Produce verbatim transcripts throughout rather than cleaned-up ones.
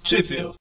Trip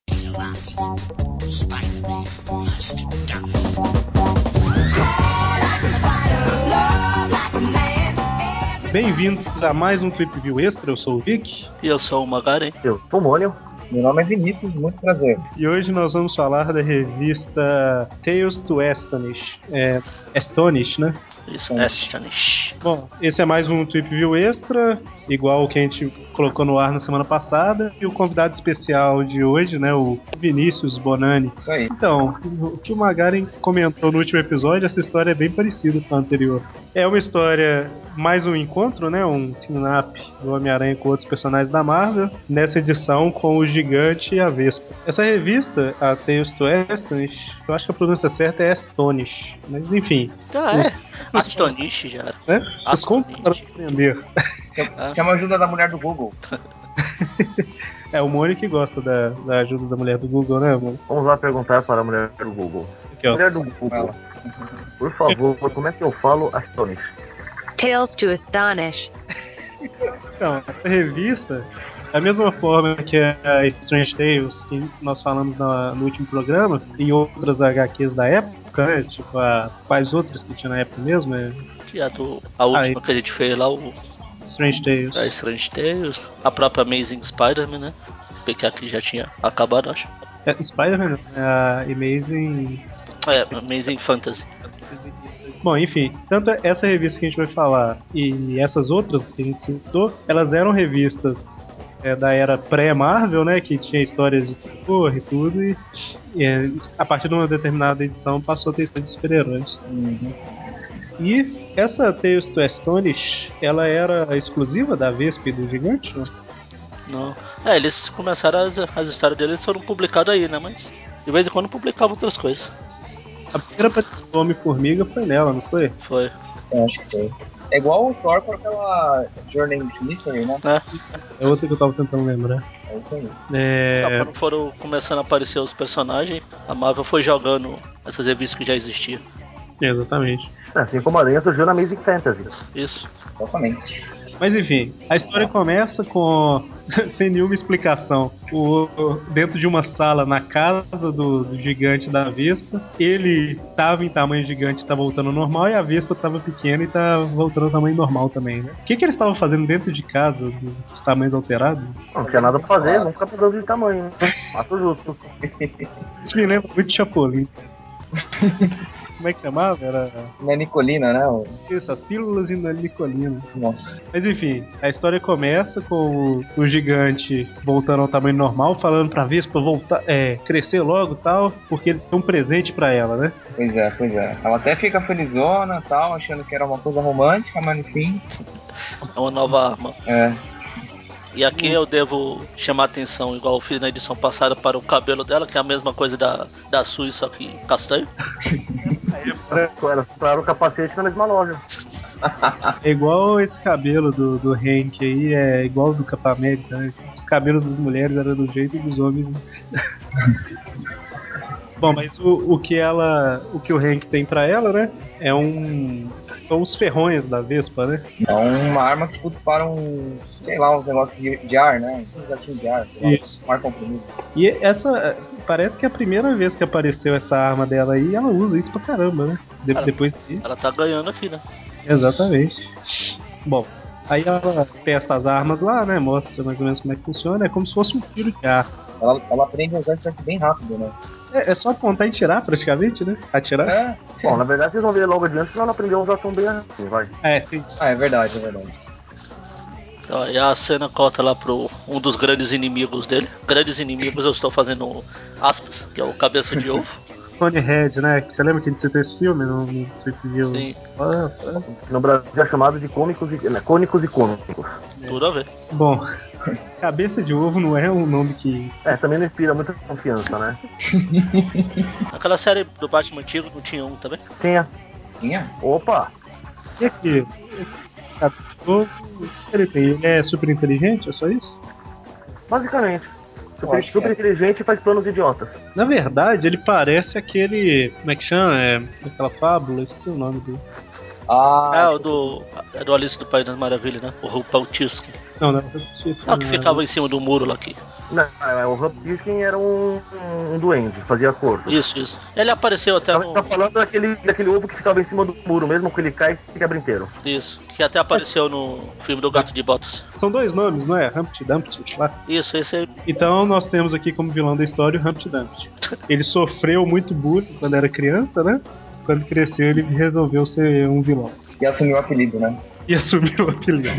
Bem-vindos a mais um Trip View Extra. Eu sou o Vic. E eu sou o Magaren. Eu sou o Mônio. Meu nome é Vinícius, muito prazer. E hoje nós vamos falar da revista Tales to Astonish. É, Astonish, né? Isso, Astonish. Bom, esse é mais um Trip View Extra, igual o que a gente colocou no ar na semana passada. E o convidado especial de hoje, né, o Vinícius Bonani. Isso aí. Então, o que o Magaren comentou no último episódio, essa história é bem parecida com a anterior. É uma história, mais um encontro, né, um team-up do Homem-Aranha com outros personagens da Marvel, nessa edição com o Gigante e a Vespa. Essa revista, a Tales to Astonish, eu acho que a pronúncia certa é Astonish, mas enfim. Ah, é. Os, Astonish já. Né? Os contos para surpreender. Chama a ajuda da mulher do Google. É o Mônio que gosta da, da ajuda da mulher do Google, né, amor? Vamos lá perguntar para a mulher do Google. Aqui, ó. Mulher do Google, por favor, como é que eu falo Astonish? Tales to Astonish. Então, essa revista, da mesma forma que a Strange Tales, que nós falamos na, no último programa, e outras H Qs da época, né? Tipo, a, quais outras que tinha na época mesmo? É, Que a, do, a última Aí. que a gente fez lá, o Strange Tales. a Strange Tales, a própria Amazing Spider-Man, né? Se bem que aqui já tinha acabado, acho. É, Spider-Man, né? A Amazing... É, Amazing Fantasy. Bom, enfim, tanto essa revista que a gente vai falar e essas outras que a gente citou, elas eram revistas é, da era pré-Marvel, né, que tinha histórias de terror e tudo, e, e é, a partir de uma determinada edição passou a ter histórias de super-heróis. Uhum. E essa Tales to Astonish, ela era exclusiva da Vespa e do Gigante? Não? Não. É, eles começaram, as, as histórias deles foram publicadas aí, né? Mas de vez em quando publicavam outras coisas. A primeira aparição do Homem-Formiga foi nela, não foi? Foi. Eu acho que foi. É igual o Thor com aquela Journey into Mystery, né? É. É outra que eu tava tentando lembrar. É isso aí. É... Então, quando foram começando a aparecer os personagens, a Marvel foi jogando essas revistas que já existiam. Exatamente. Assim como a Aranha surgiu na Amazing Fantasy. Isso. Exatamente. Mas enfim, a história começa com, sem nenhuma explicação, o, dentro de uma sala na casa do, do gigante da Vespa. Ele tava em tamanho gigante e tá voltando ao normal, e a Vespa tava pequena e tá voltando ao tamanho normal também, né? O que, que eles estavam fazendo dentro de casa, os tamanhos alterados? Não tinha nada pra fazer, vamos ficar mudando de tamanho, né? Acho justo. Isso me lembra muito de Chapolin. Como é que chamava? Era... Na Nicolina, né? O- Isso, as pílulas de Nicolina. Nossa. Mas enfim, a história começa com o, o gigante voltando ao tamanho normal, falando pra Vespa voltar, é, crescer logo e tal, porque ele tem um presente pra ela, né? Pois é, pois é. Ela até fica felizona e tal, achando que era uma coisa romântica, mas no fim. É uma nova arma. É. E aqui eu devo chamar a atenção, igual eu fiz na edição passada, para o cabelo dela, que é a mesma coisa da, da Sui, só que castanho. Era para o capacete na mesma loja. É igual esse cabelo do, do Hank aí, é igual do Capitão América, né? Os cabelos das mulheres eram do jeito dos homens. Bom, mas o, o que ela. O que o Hank tem pra ela, né? É um. São os ferrões da Vespa, né? É uma arma que tipo, dispara um. Sei lá, uns negócios de, de ar, né? Um jatinho de ar, sei lá. Isso. Um ar comprimido. E essa. Parece que é a primeira vez que apareceu essa arma dela aí, ela usa isso pra caramba, né? De, Ela- depois de. Ela tá ganhando aqui, né? Exatamente. Bom, aí ela testa as armas lá, né? Mostra mais ou menos como é que funciona. É como se fosse um tiro de ar. Ela, ela aprende a usar isso aqui bem rápido, né? É, é só apontar e tirar, praticamente, né? Atirar. É. Bom, na verdade vocês vão ver logo adiante que ela não aprendeu a usar tão bem assim, vai. É, sim. Ah, é verdade, é verdade. Então, aí a cena corta lá pro um dos grandes inimigos dele. Grandes inimigos, eu estou fazendo aspas, que é o Cabeça de Ovo. Tony Red, né? Você lembra que a gente citou esse filme no, no Trip View? Sim, Ah, ah. No Brasil é chamado de cômicos e, né, cônicos e cômicos. tudo a ver. Bom, Cabeça de Ovo não é um nome que. É, também não inspira muita confiança, né? Naquela série do Batman antigo não tinha um também? Tinha. Tinha? Opa! E que esse Cabeça de Ovo, o que ele tem? Ele é super inteligente, é só isso? Basicamente. Eu Super, acho que super é. inteligente e faz planos idiotas. Na verdade, ele parece aquele. Como é que chama? É, aquela fábula, esqueci o nome do. Ah, Ah, o do. É do Alice do País das Maravilhas, né? O Rupaltisky. Não, não, eu assisti esse Ah, que filme, ficava né? em cima do muro lá aqui. Não, o Rumpelstiltskin era um, um duende, fazia corpo. Isso, isso. Ele apareceu até Tava no. tá falando daquele, daquele ovo que ficava em cima do muro, mesmo que ele cai e se quebra inteiro. Isso. Que até apareceu no filme do Gato de Botas. São dois nomes, não é? Humpty Dumpty, lá. Isso, esse aí. Então nós temos aqui como vilão da história o Humpty Dumpty. Ele sofreu muito bullying quando era criança, né? Quando cresceu ele resolveu ser um vilão. e assumiu o apelido, né? E assumiu o apelido.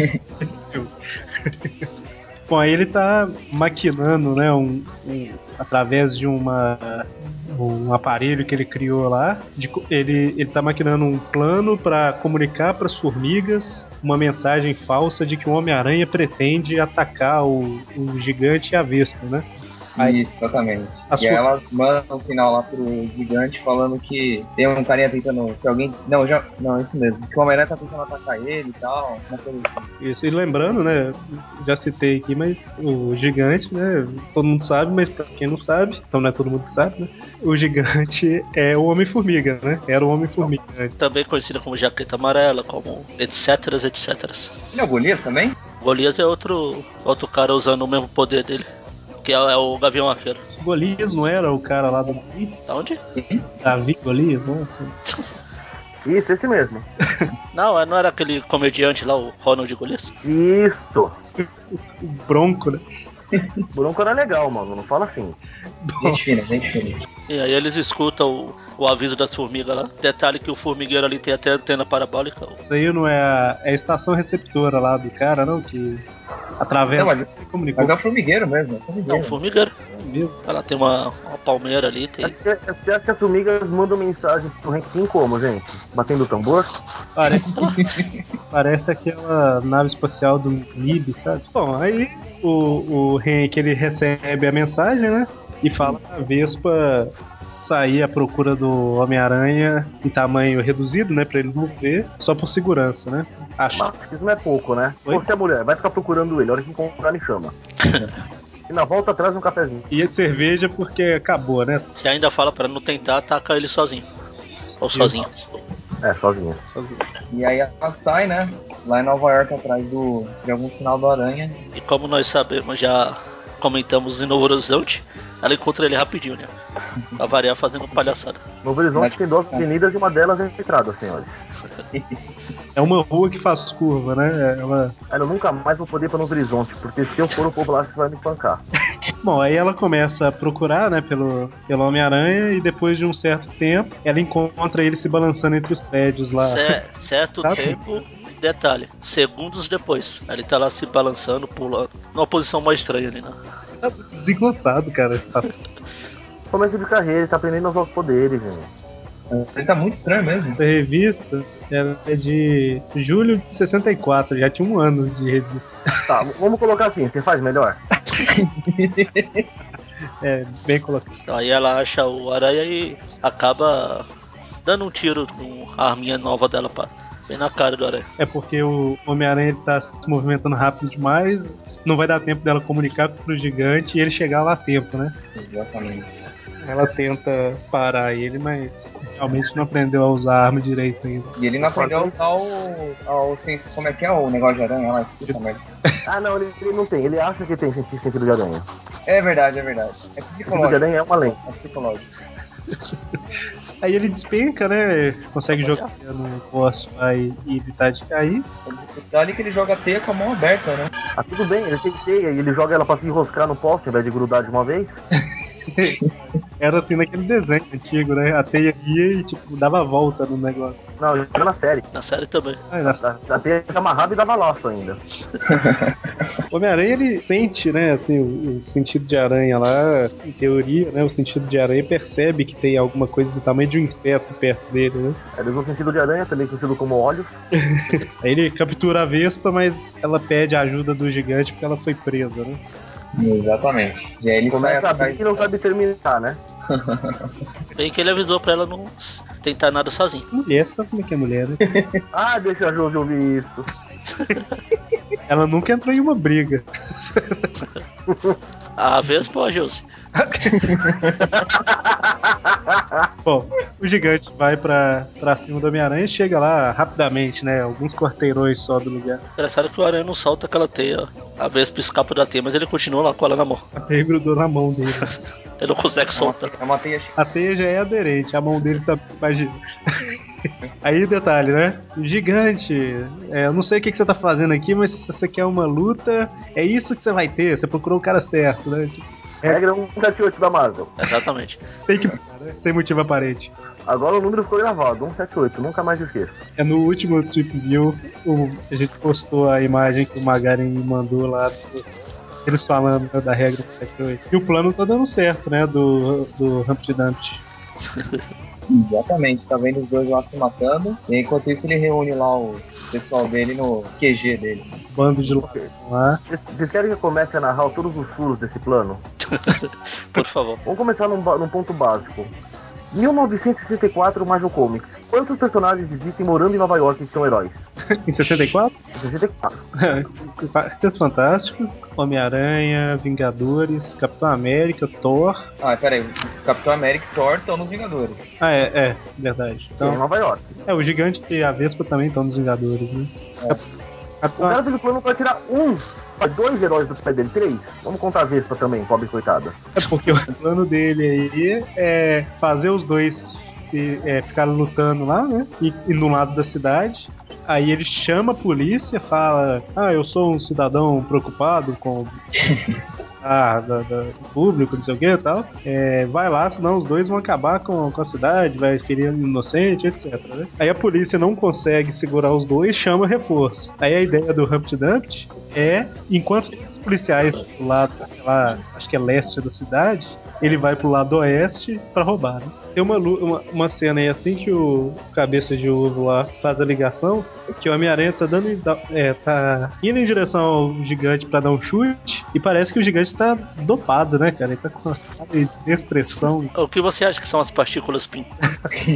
Bom, aí ele tá maquinando, né, um, um, através de uma, um aparelho que ele criou lá, de, ele, ele tá maquinando um plano para comunicar para as formigas uma mensagem falsa de que o Homem-Aranha pretende atacar o, o gigante e a Vespa, né? Aí, Isso, exatamente. a E sua- aí ela manda um sinal lá pro gigante falando que tem um carinha tentando. Que alguém. Não, já. Não, é isso mesmo. Que o Homem-Aranha tá tentando atacar ele e tal. Uma coisa assim. Isso, e lembrando, né, já citei aqui, mas o gigante, né, todo mundo sabe, mas pra quem não sabe, então não é todo mundo que sabe, né, o gigante é o Homem-Formiga, né, era o Homem-Formiga. Também conhecido como Jaqueta Amarela, como etc, etc. Ele é o Golias também? Golias é outro, outro cara usando o mesmo poder dele. Que é, é o Gavião Arqueiro. Golias não era o cara lá do Davi? Da onde? Davi Golias, né? Assim. Isso, esse mesmo. Não, não era aquele comediante lá, o Ronald Golias? Isso. O Bronco, né? Bronco era legal, mano, não fala assim. Gente fina, gente fina. E aí eles escutam o, o aviso das formigas lá. Detalhe que o formigueiro ali tem até antena parabólica. Isso aí não é a, é a estação receptora lá do cara, não? Que através Não, mas, ele comunicou mas é o formigueiro mesmo. É o É formigueiro. um formigueiro. mesmo. Ela tem uma, uma palmeira ali, tem. Você você acha que as formigas mandam mensagem pro Rankin como, gente? Batendo tambor? Parece, Sei lá. parece aquela nave espacial do Mib, sabe? Bom, aí o, o Hank ele recebe a mensagem, né? E fala pra Vespa sair à procura do Homem-Aranha em tamanho reduzido, né? Pra ele não ver, só por segurança, né? Acho. Machismo é pouco, né? Oi? Você é mulher, vai ficar procurando ele, a hora que encontrar me chama. E na volta traz um cafezinho. E a cerveja porque acabou, né? E ainda fala pra não tentar atacar ele sozinho. Ou sozinho. É, sozinha. E aí ela sai, né? Lá em Nova York atrás do, de algum sinal do Aranha. E como nós sabemos, já comentamos em Novo Horizonte, ela encontra ele rapidinho, né? Pra variar fazendo palhaçada. Novo Horizonte tem duas avenidas e uma delas é entrada, senhores. É uma rua que faz curva, né? Ela... Aí eu nunca mais vou poder ir pra Novo Horizonte, porque se eu for o povo lá vai me pancar. Bom, aí ela começa a procurar, né, pelo, pelo Homem-Aranha e depois de um certo tempo ela encontra ele se balançando entre os prédios lá. Cer- certo Tá tempo, detalhe, segundos depois. Ele tá lá se balançando, pulando. Numa posição mais estranha ali, né? Tá desengonçado, cara. Tá- Começo de carreira, ele tá aprendendo a usar os poderes, gente. Ele tá muito estranho mesmo. Essa revista ela é de julho de sessenta e quatro, já tinha um ano de revista. Tá, vamos colocar assim, você faz melhor? É, bem colocado. Então, aí ela acha o aranha e acaba dando um tiro com a arminha nova dela pra, bem na cara do aranha. É porque o Homem-Aranha ele tá se movimentando rápido demais, não vai dar tempo dela comunicar pro gigante e ele chegar lá a tempo, né? Exatamente. Ela tenta parar ele, mas realmente não aprendeu a usar a arma direito ainda. E ele não aprendeu a usar o, o sens- como é que é o negócio de aranha lá? Esqueci essa merda. Ah, não, ele, ele não tem. Ele acha que tem sentido sentido de aranha. É verdade, é verdade. É Sentido de psicológico. aranha é uma lei. É psicológico. Aí ele despenca, né? Consegue jogar no poste lá e, e evitar de cair. Dali que ele joga a teia com a mão aberta, né? Ah, tudo bem, ele tem teia e ele joga ela pra se enroscar no poste ao invés de grudar de uma vez. Era assim naquele desenho antigo, né? A teia ia e tipo, dava a volta no negócio. Não, era na série. Na série também. Aí, na- A, a teia se amarrava e dava laço ainda. O Homem-Aranha ele sente, né, assim, o, o sentido de aranha lá, em teoria, né, o sentido de aranha percebe que tem alguma coisa do tamanho de um inseto perto dele, né? Ele usa o sentido de aranha, também conhecido como olhos. Aí ele captura a Vespa, mas ela pede a ajuda do gigante porque ela foi presa, né? Exatamente. E aí ele Começa sai a atrás. abrir e não sabe terminar, né? Bem que ele avisou pra ela não tentar nada sozinha. Mulher, sabe como é que é mulher, né? Ah, deixa a Josi ouvir isso. Ela nunca entrou em uma briga. A Vespa ou a Josi? Bom, o gigante vai pra, pra cima do Homem-Aranha e chega lá rapidamente, né? Alguns quarteirões só do lugar. Engraçado que o Aranha não solta aquela teia. A Vespa escapa da teia, mas ele continua lá com ela na mão. A teia grudou na mão dele. Ele não consegue É uma, soltar. é uma teia. A teia já é aderente, a mão dele tá. Imagina. Aí, detalhe, né? Gigante. É, eu não sei o que, que você tá fazendo aqui, mas se você quer uma luta, é isso que você vai ter. Você procurou o cara certo, né? Tipo, Regra cento e setenta e oito da Marvel. Exatamente. tem que parar, né? Sem motivo aparente. Agora o número ficou gravado, cento e setenta e oito, nunca mais esqueço. É no último Trip View, o, a gente postou a imagem que o Magaren me mandou lá. Do, eles falando, né, da regra cento e setenta e oito. E o plano tá dando certo, né? Do, do Humpty Dumpty. Exatamente, tá vendo os dois lá se matando. E enquanto isso ele reúne lá o pessoal dele no Q G dele. Bando de ladrão lá. Vocês- Vocês querem que eu comece a narrar todos os furos desse plano? Por favor. Vamos começar num, ba- num ponto básico. mil novecentos e sessenta e quatro Marvel Comics. Quantos personagens existem morando em Nova York que são heróis? Em sessenta e quatro? sessenta e quatro. Quarteto Fantástico, Homem-Aranha, Vingadores, Capitão América, Thor. Ah, peraí, o Capitão América e Thor estão nos Vingadores. Ah, é, é, verdade. Em Então, Nova York. é, o Gigante e a Vespa também estão nos Vingadores, né? É. O Capitão, cara fez o plano pra tirar um, dois heróis do pé dele, três. Vamos contar a Vespa também, pobre coitada. é porque o plano dele aí é fazer os dois e, é, ficarem lutando lá, né? E, e no lado da cidade. Aí ele chama a polícia, fala: Ah, eu sou um cidadão preocupado com ah, da, da- do público, não sei o que e tal. É, vai lá, senão os dois vão acabar com, com a cidade, vai ferir inocente, etcétera. Né? Aí a polícia não consegue segurar os dois, chama reforço. Aí a ideia do Humpty Dumpty é, enquanto os policiais do lado, sei lá, acho que é leste da cidade, ele vai pro lado oeste pra roubar. Né? Tem uma, lu- uma, uma cena aí assim que o cabeça de ovo lá faz a ligação, que o Homem-Aranha tá dando é, tá indo em direção ao gigante pra dar um chute e parece que o gigante tá dopado, né, cara? Ele tá com uma cara de expressão. O que você acha que são as partículas P I M?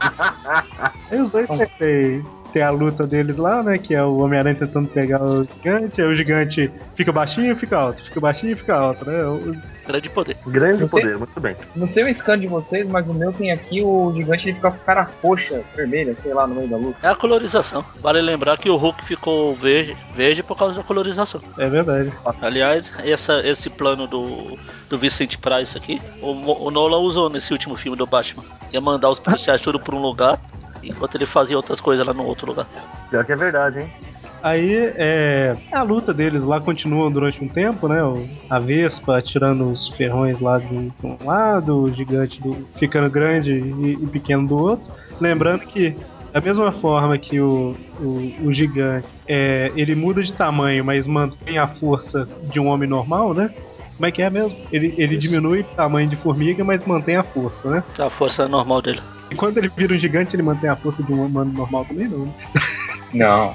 Aí os dois tem, tem a luta deles lá, né? Que é o Homem-Aranha tentando pegar o gigante, aí o gigante fica baixinho e fica alto, fica baixinho e fica alto, né? O- Grande poder. Grande Você- poder, muito bem. No seu scan de vocês, mas o meu tem aqui o gigante, ele fica com a cara roxa, vermelha, sei lá, no meio da luta. É a colorização. Vale lembrar que o Hulk ficou verde, verde por causa da colorização. É verdade. Aliás, essa, esse plano do, do Vincent Price aqui, o, o Nolan usou nesse último filme do Batman. Ia mandar os policiais tudo pra um lugar, enquanto ele fazia outras coisas lá no outro lugar. Pior que é verdade, hein? Aí é, a luta deles lá continua durante um tempo, né? O- A Vespa tirando os ferrões lá de um, de um lado, o gigante do, ficando grande e, e pequeno do outro. Lembrando que da mesma forma que o, o, o gigante é, ele muda de tamanho, mas mantém a força de um homem normal, né? Como é que é mesmo? Ele, ele Isso. diminui o tamanho de formiga, mas mantém a força, né? A força normal dele. E quando ele vira um gigante, ele mantém a força de um humano normal também, não, né? Não.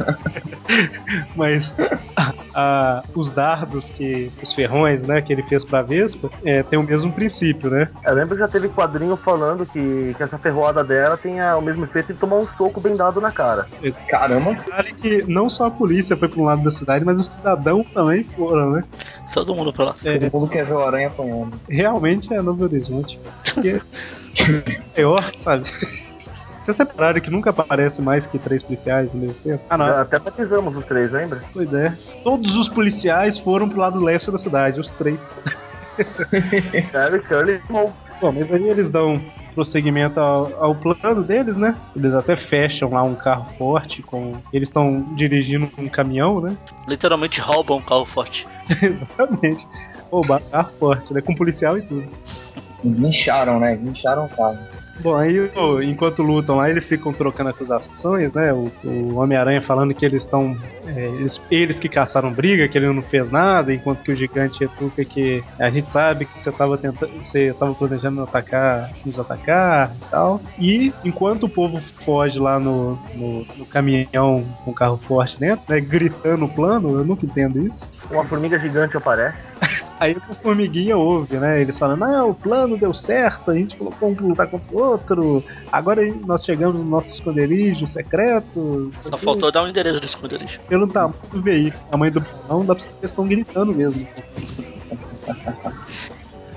Mas a- a- os dardos que. Os ferrões, né, que ele fez pra Vespa é, tem o mesmo princípio, né? Eu lembro que já teve quadrinho falando que, que essa ferroada dela tem a- o mesmo efeito de tomar um soco bem dado na cara. Caramba. Detalhe que não só a polícia foi pra um lado da cidade, mas os cidadãos também foram, né? Todo mundo pra lá. É, Todo mundo quer ver o aranha apanhando. realmente é Novo Horizonte. Porque é pior, sabe? Vocês separaram que nunca aparece mais que três policiais ao mesmo tempo? Ah, não. Já até batizamos os três, lembra? Pois é. Todos os policiais foram pro lado leste da cidade, os três. Harry, Shirley e Small. Bom, mas aí eles dão prosseguimento ao, ao plano deles, né? Eles até fecham lá um carro forte, com eles estão dirigindo um caminhão, né? Literalmente roubam um carro forte. Exatamente. Roubar carro forte, né? Com policial e tudo. Guincharam, né? Guincharam o carro. Bom, aí o- enquanto lutam lá, eles ficam trocando acusações, né? O, o Homem-Aranha falando que eles estão. É, eles, eles que caçaram briga, que ele não fez nada, enquanto que o gigante retruca que a gente sabe que você estava tentando. Você estava planejando atacar, nos atacar e tal. E enquanto o povo foge lá no, no, no caminhão com carro forte dentro, né? Gritando o plano, eu nunca entendo isso. Uma formiga gigante aparece. Aí o Formiguinha ouve, né? Eles falam, não, o plano deu certo, a gente colocou um pra lutar contra o outro, agora nós chegamos no nosso esconderijo secreto. Só faltou dar o endereço do esconderijo. Pelo tamanho do veículo, tamanho do balão, dá pra ver que eles estão gritando mesmo.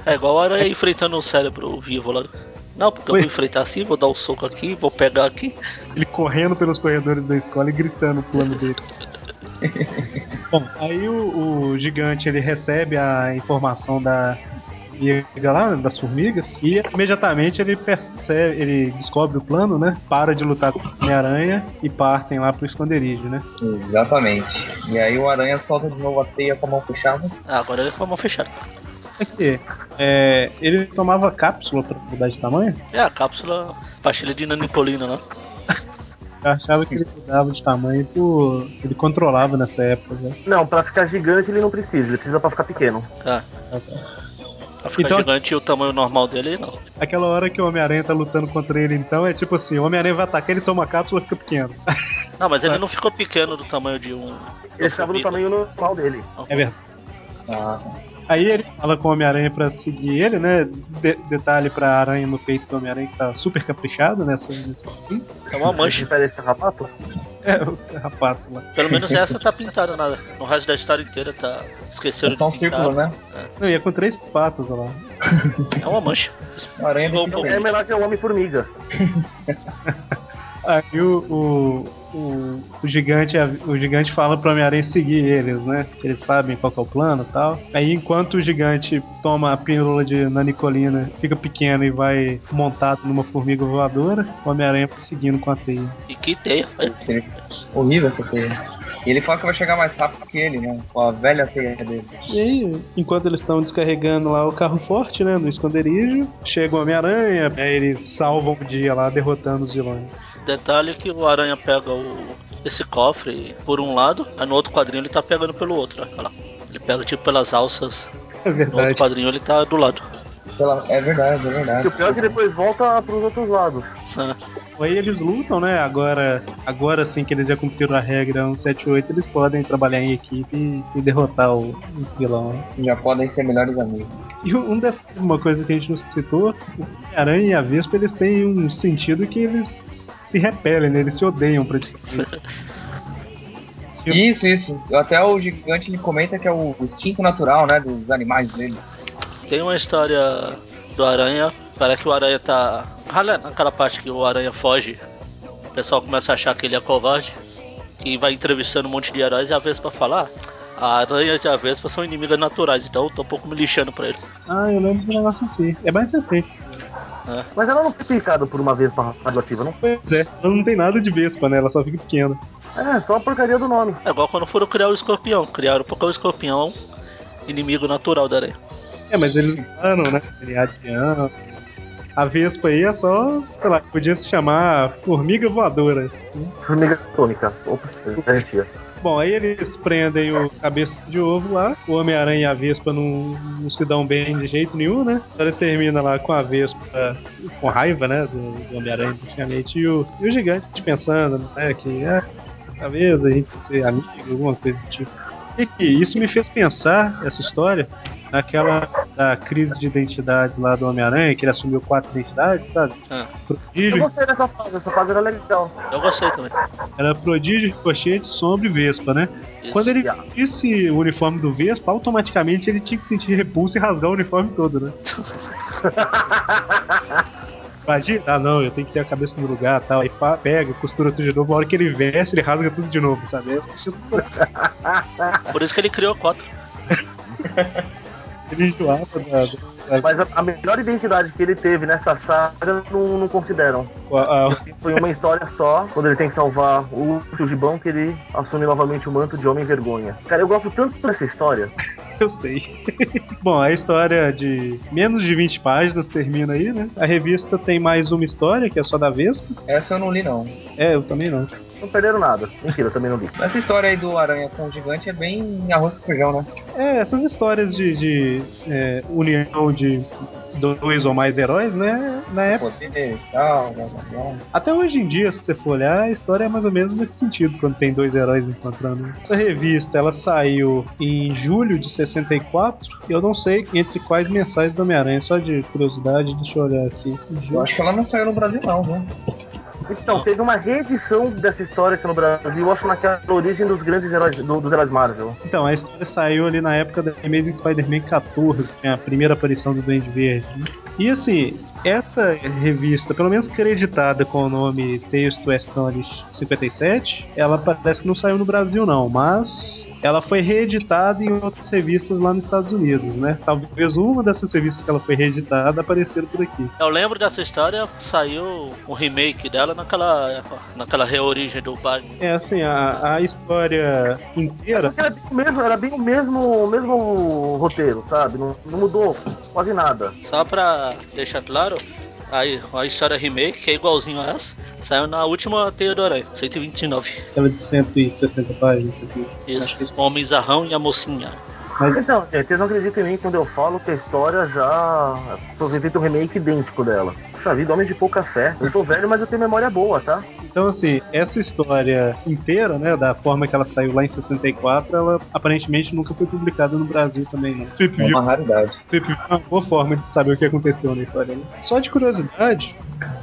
É igual a Aranha enfrentando um cérebro vivo lá. Não, porque eu Oi. vou enfrentar assim, vou dar um soco aqui, vou pegar aqui. Ele correndo pelos corredores da escola e gritando o plano dele. Bom, aí o, o gigante ele recebe a informação da amiga lá, das formigas, e imediatamente ele percebe, ele descobre o plano, né? Para de lutar com o Homem-Aranha e partem lá pro esconderijo, né? Exatamente. E aí o Aranha solta de novo a teia com a mão fechada. Ah, agora ele foi a mão fechada. Aqui, é, ele tomava cápsula pra mudar de tamanho? É a cápsula, pastilha de nanicolina lá. Eu achava que ele mudava de tamanho por. Ele controlava nessa época, né? Não, pra ficar gigante ele não precisa, ele precisa pra ficar pequeno. Ah, Ah, tá. pra ficar Então- gigante e o tamanho normal dele, não. Aquela hora que o Homem-Aranha tá lutando contra ele, então, é tipo assim: o Homem-Aranha vai atacar, ele toma a cápsula e fica pequeno. Não, mas ele não ficou pequeno do tamanho de um... Ele ficava do tamanho normal dele. É verdade. Ah, Aí ele fala com o Homem-Aranha pra seguir ele, né? De- detalhe pra aranha no peito do Homem-Aranha que tá super caprichado nessa, nesse filme. É uma mancha. Ele esse carrapato? É, o carrapato lá. Pelo menos essa tá pintada, nada. No resto da história inteira tá... Esqueceram é só um de pintar. círculo, né? Não, ia com três patas olha lá. É uma mancha. O Aranha Igual um definiu pouco. É homenagem ao Homem-Formiga. Aí o, o, o, o gigante o gigante fala pro Homem-Aranha seguir eles, né? Que eles sabem qual que é o plano e tal. Aí enquanto o gigante toma a pílula de nanicolina, fica pequeno e vai montado numa formiga voadora, o Homem-Aranha vai seguindo com a teia. E que teia. Olha. Horrível essa teia. E ele fala que vai chegar mais rápido que ele, né? Com a velha teia dele. E aí, enquanto eles estão descarregando lá o carro forte, né, no esconderijo, chega o Homem-Aranha, aí eles salvam o dia lá, derrotando os vilões. Detalhe que o Aranha pega o, esse cofre por um lado, aí no outro quadrinho ele tá pegando pelo outro. Olha lá. Ele pega tipo pelas alças. É No outro verdade. quadrinho ele tá do lado. Pela- É verdade, é E verdade. o pior é que depois volta pros outros lados. Ah, Aí eles lutam, né? Agora, agora sim que eles já cumpriram a regra cento e setenta e oito, eles podem trabalhar em equipe e, e derrotar o, o vilão. Né? Já podem ser melhores amigos. E um detalhe, uma coisa que a gente não citou, o Homem-Aranha e a Vespa, eles têm um sentido que eles se repelem, né? Eles se odeiam praticamente. Isso, isso. Até o gigante ele comenta que é o instinto natural, né? Dos animais dele. tem uma história do Aranha. Parece que o Aranha tá. Olha naquela parte que o Aranha foge. O pessoal começa a achar que ele é covarde. Que vai entrevistando um monte de heróis e a Vespa fala: ah, a Aranha e a Vespa são inimigas naturais, então eu tô um pouco me lixando pra ele. Ah, eu lembro do negócio assim. É mais recente. É. Mas ela não foi picada por uma vespa radioativa, não? Pois é, ela não tem nada de Vespa, né? Ela só fica pequena. É, só a porcaria do nome. É igual quando foram criar o escorpião. Criaram porque o escorpião inimigo natural da aranha. É, mas eles falam, né? Ele é adião. A Vespa aí é só, sei lá, podia se chamar Formiga Voadora. Formiga atômica. Opa, existia. Bom, aí eles prendem o cabeça de ovo lá. O Homem-Aranha e a Vespa não, não se dão bem de jeito nenhum, né? Então ele termina lá com a Vespa com raiva, né? Do, do Homem-Aranha, praticamente. E o, e o gigante pensando, né? Que é, talvez a gente ser amigo, alguma coisa do tipo. E que isso me fez pensar, essa história, naquela da crise de identidade lá do Homem-Aranha, que ele assumiu quatro identidades, sabe? Ah, Eu Prodígio, gostei dessa fase, essa fase era legal. eu gostei também. era Prodígio, Ricochete, Sombra e Vespa, né? Isso. Quando ele Yeah. visse o uniforme do Vespa, automaticamente ele tinha que sentir repulso e rasgar o uniforme todo, né? Imagina, ah não, eu tenho que ter a cabeça no lugar tal. Aí pá, pega, costura tudo de novo. A hora que ele veste, ele rasga tudo de novo, sabe? Por isso que ele criou quatro. Ele enjoava da. da- Mas a, a melhor identidade que ele teve nessa saga não, não consideram. a- a- Foi uma história só, quando ele tem que salvar o Urso Gibão, que ele assume novamente o manto de Homem Vergonha. Cara, eu gosto tanto dessa história. eu sei. Bom, a história de menos de vinte páginas termina aí, né? A revista tem mais uma história, que é só da Vespa. Essa eu não li, não. É, eu também não. Não perderam nada. Mentira, eu também não li. Essa história aí do Aranha com o gigante é bem arroz com feijão, né? É, essas histórias de, de é, união de dois ou mais heróis, né? Na época. Poder e tal, blá, blá, blá. Até hoje em dia, se você for olhar, a história é mais ou menos nesse sentido, quando tem dois heróis encontrando. Essa revista, ela saiu em julho de sessenta e quatro, e eu não sei entre quais mensais do Homem-Aranha, só de curiosidade, deixa eu olhar aqui. Em Eu julho. acho que ela não saiu no Brasil, não, viu? Então, teve uma reedição dessa história aqui no Brasil, eu acho naquela origem dos grandes heróis, do, dos heróis Marvel. Então, a história saiu ali na época da Amazing Spider-Man catorze, que é a primeira aparição do Duende Verde. Né? E assim, essa revista, pelo menos creditada com o nome Tales to Astonish cinquenta e sete, ela parece que não saiu no Brasil não, mas ela foi reeditada em outras revistas lá nos Estados Unidos, né? Talvez uma dessas revistas que ela foi reeditada apareceram por aqui. Eu lembro dessa história, saiu um remake dela naquela, naquela reorigem do Batman. É assim, a, a história inteira... Era bem o mesmo, era bem o mesmo, mesmo roteiro, sabe? Não, não mudou quase nada. Só pra deixar claro, aí a história remake, que é igualzinho a essa, saiu na última Teia do Aranha, cento e vinte e nove. Aquela de cento e sessenta páginas, isso aqui. Isso, Isso. o Homem Zarrão e a Mocinha. Mas... Então, gente, vocês não acreditam em mim quando eu falo que a história já foi feito um remake idêntico dela. Puxa vida, homem de pouca fé. Eu sou velho, mas eu tenho memória boa, tá? Então, assim, essa história inteira, né, da forma que ela saiu lá em sessenta e quatro, ela aparentemente nunca foi publicada no Brasil também, não. Trip É View, uma raridade. Trip View é uma boa forma de saber o que aconteceu na história, né? Só de curiosidade,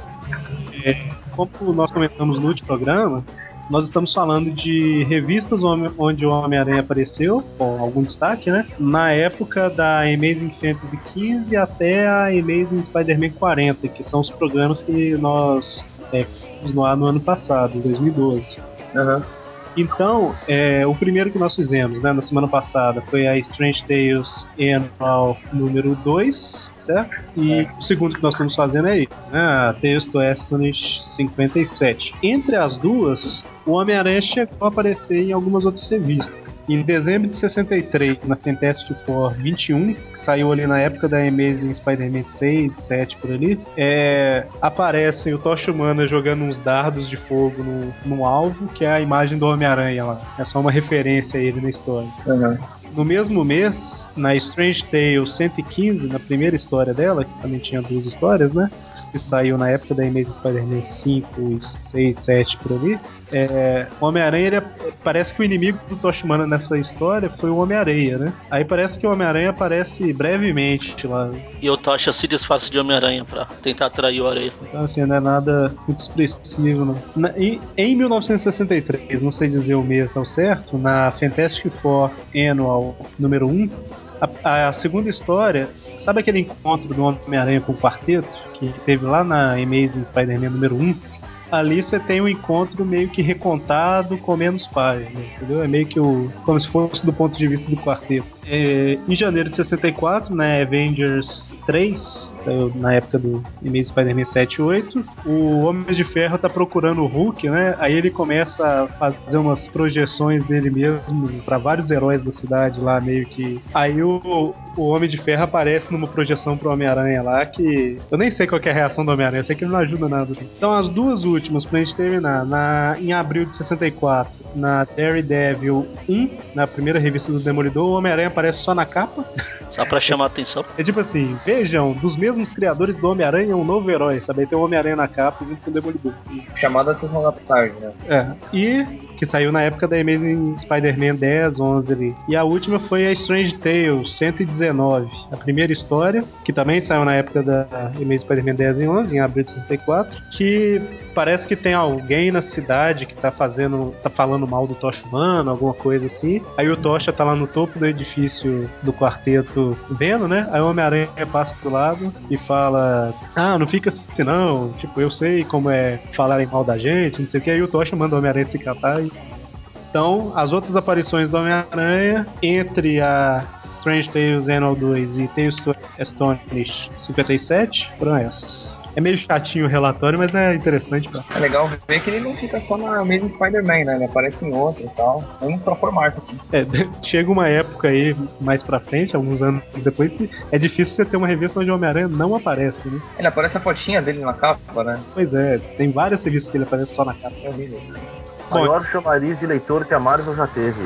é, como nós comentamos no último programa, nós estamos falando de revistas onde o Homem-Aranha apareceu, com algum destaque, né? Na época da Amazing Fantasy quinze até a Amazing Spider-Man quarenta, que são os programas que nós é, fizemos no ar no ano passado, em dois mil e doze. Uhum. Então, é, o primeiro que nós fizemos, né, na semana passada, foi a Strange Tales Annual número dois, certo? E o segundo que nós estamos fazendo é esse, né, a Tales to Astonish cinquenta e sete. Entre as duas, o Homem-Aranha chegou a aparecer em algumas outras revistas. Em dezembro de sessenta e três, na Fantastic Four vinte e um, que saiu ali na época da Amazing Spider-Man seis, sete, por ali, é, aparecem o Tocha Humana jogando uns dardos de fogo no, no alvo, que é a imagem do Homem-Aranha lá. É só uma referência a ele na história. Uhum. No mesmo mês, na Strange Tales cento e quinze, na primeira história dela, que também tinha duas histórias, né? Que saiu na época da Amazing Spider-Man cinco, seis, sete, por ali. É, o Homem-Aranha, ele, parece que o inimigo do Tocha Humana nessa história foi o Homem-Aranha, né? Aí parece que o Homem-Aranha aparece brevemente lá. E o Tocha se disfarça de Homem-Aranha pra tentar atrair o Areia. Então, assim, não é nada muito expressivo, não. Na, em, em mil novecentos e sessenta e três, não sei dizer o mês ao certo, na Fantastic Four Annual número um, a, a segunda história, sabe aquele encontro do Homem-Aranha com o quarteto, que teve lá na Amazing Spider-Man número um? Ali você tem um encontro meio que recontado com menos páginas, entendeu? É meio que o, como se fosse do ponto de vista do quarteto. É, em janeiro de sessenta e quatro, na Avengers três, saiu na época do Amazing Spider-Man sete e oito, o Homem de Ferro tá procurando o Hulk, né? Aí ele começa a fazer umas projeções dele mesmo para vários heróis da cidade lá, meio que... Aí o, o Homem de Ferro aparece numa projeção pro Homem-Aranha lá, que eu nem sei qual que é a reação do Homem-Aranha, eu sei que ele não ajuda nada. Então as duas últimas, pra gente terminar, na, em abril de sessenta e quatro, na Daredevil um, na primeira revista do Demolidor, o Homem-Aranha aparece só na capa. Só pra chamar a atenção. É tipo assim, vejam, dos mesmos criadores do Homem-Aranha, um novo herói, sabe? Aí tem o Homem-Aranha na capa junto com o Demolidor. Chamada atenção da tarde, né? É, e que saiu na época da Amazing Spider-Man dez, onze ali. E a última foi a Strange Tales cento e dezenove, a primeira história, que também saiu na época da Amazing Spider-Man dez e onze, em abril de sessenta e quatro, que parece que tem alguém na cidade que tá fazendo, tá falando mal do Tocha Humana, alguma coisa assim. Aí o Tocha tá lá no topo do edifício do quarteto vendo, né? Aí o Homem-Aranha passa pro lado e fala: ah, não fica assim não, tipo, eu sei como é falarem mal da gente, não sei o que. Aí o Tocha manda o Homem-Aranha se catar e... Então, as outras aparições do Homem-Aranha, entre a Strange Tales Annual dois e Tales to Astonish cinquenta e sete, foram essas. É meio chatinho o relatório, mas é interessante, cara. É legal ver que ele não fica só na mesma Spider-Man, né? Ele aparece em outra e tal. Não só por marketing. É, chega uma época aí, mais pra frente, alguns anos depois, que é difícil você ter uma revista onde o Homem-Aranha não aparece, né? Ele aparece a fotinha dele na capa, né? Pois é, tem várias revistas que ele aparece só na capa. É horrível. Maior chamariz de leitor que a Marvel já teve.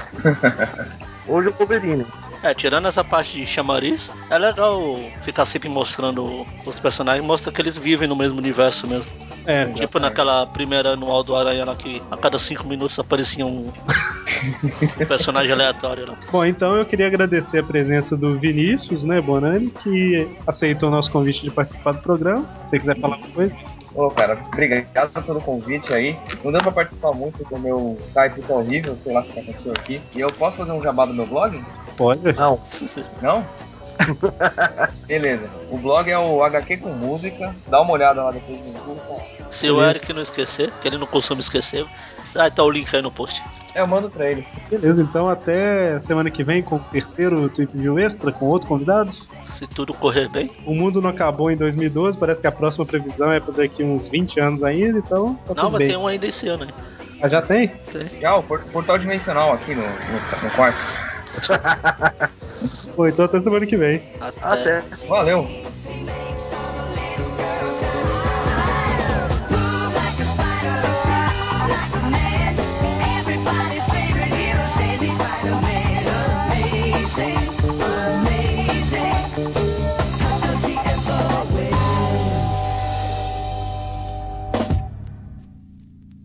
Hoje é o Wolverine. É, tirando essa parte de chamariz, é legal ficar sempre mostrando os personagens, mostra que eles vivem no mesmo universo mesmo. É, Tipo naquela primeira anual do Aranha lá, que a cada cinco minutos aparecia um personagem aleatório lá. Bom, então eu queria agradecer a presença do Vinícius, né, Bonani, que aceitou o nosso convite de participar do programa. Se você quiser falar alguma coisa. Ô, cara, obrigado pelo convite aí. Não deu pra participar muito porque o meu Skype tá horrível, sei lá o que aconteceu aqui. E eu posso fazer um jabá do meu blog? Pode. Não. Não? Beleza. O blog é o H Q com Música. Dá uma olhada lá depois no YouTube. Tá? Se o Eric não esquecer, que ele não costuma esquecer, vai estar o link aí no post. É, eu mando pra ele. Beleza, então até semana que vem com o terceiro Tweep View Extra, com outro convidado. Se tudo correr bem. O mundo não acabou em dois mil e doze, parece que a próxima previsão é por daqui uns vinte anos ainda, então tá Não, tudo vai bem. ter um ainda esse ano aí. Ah, já tem? Já, o por- portal dimensional aqui no, no, no quarto. Bom, então até semana que vem. Até. Até. Valeu!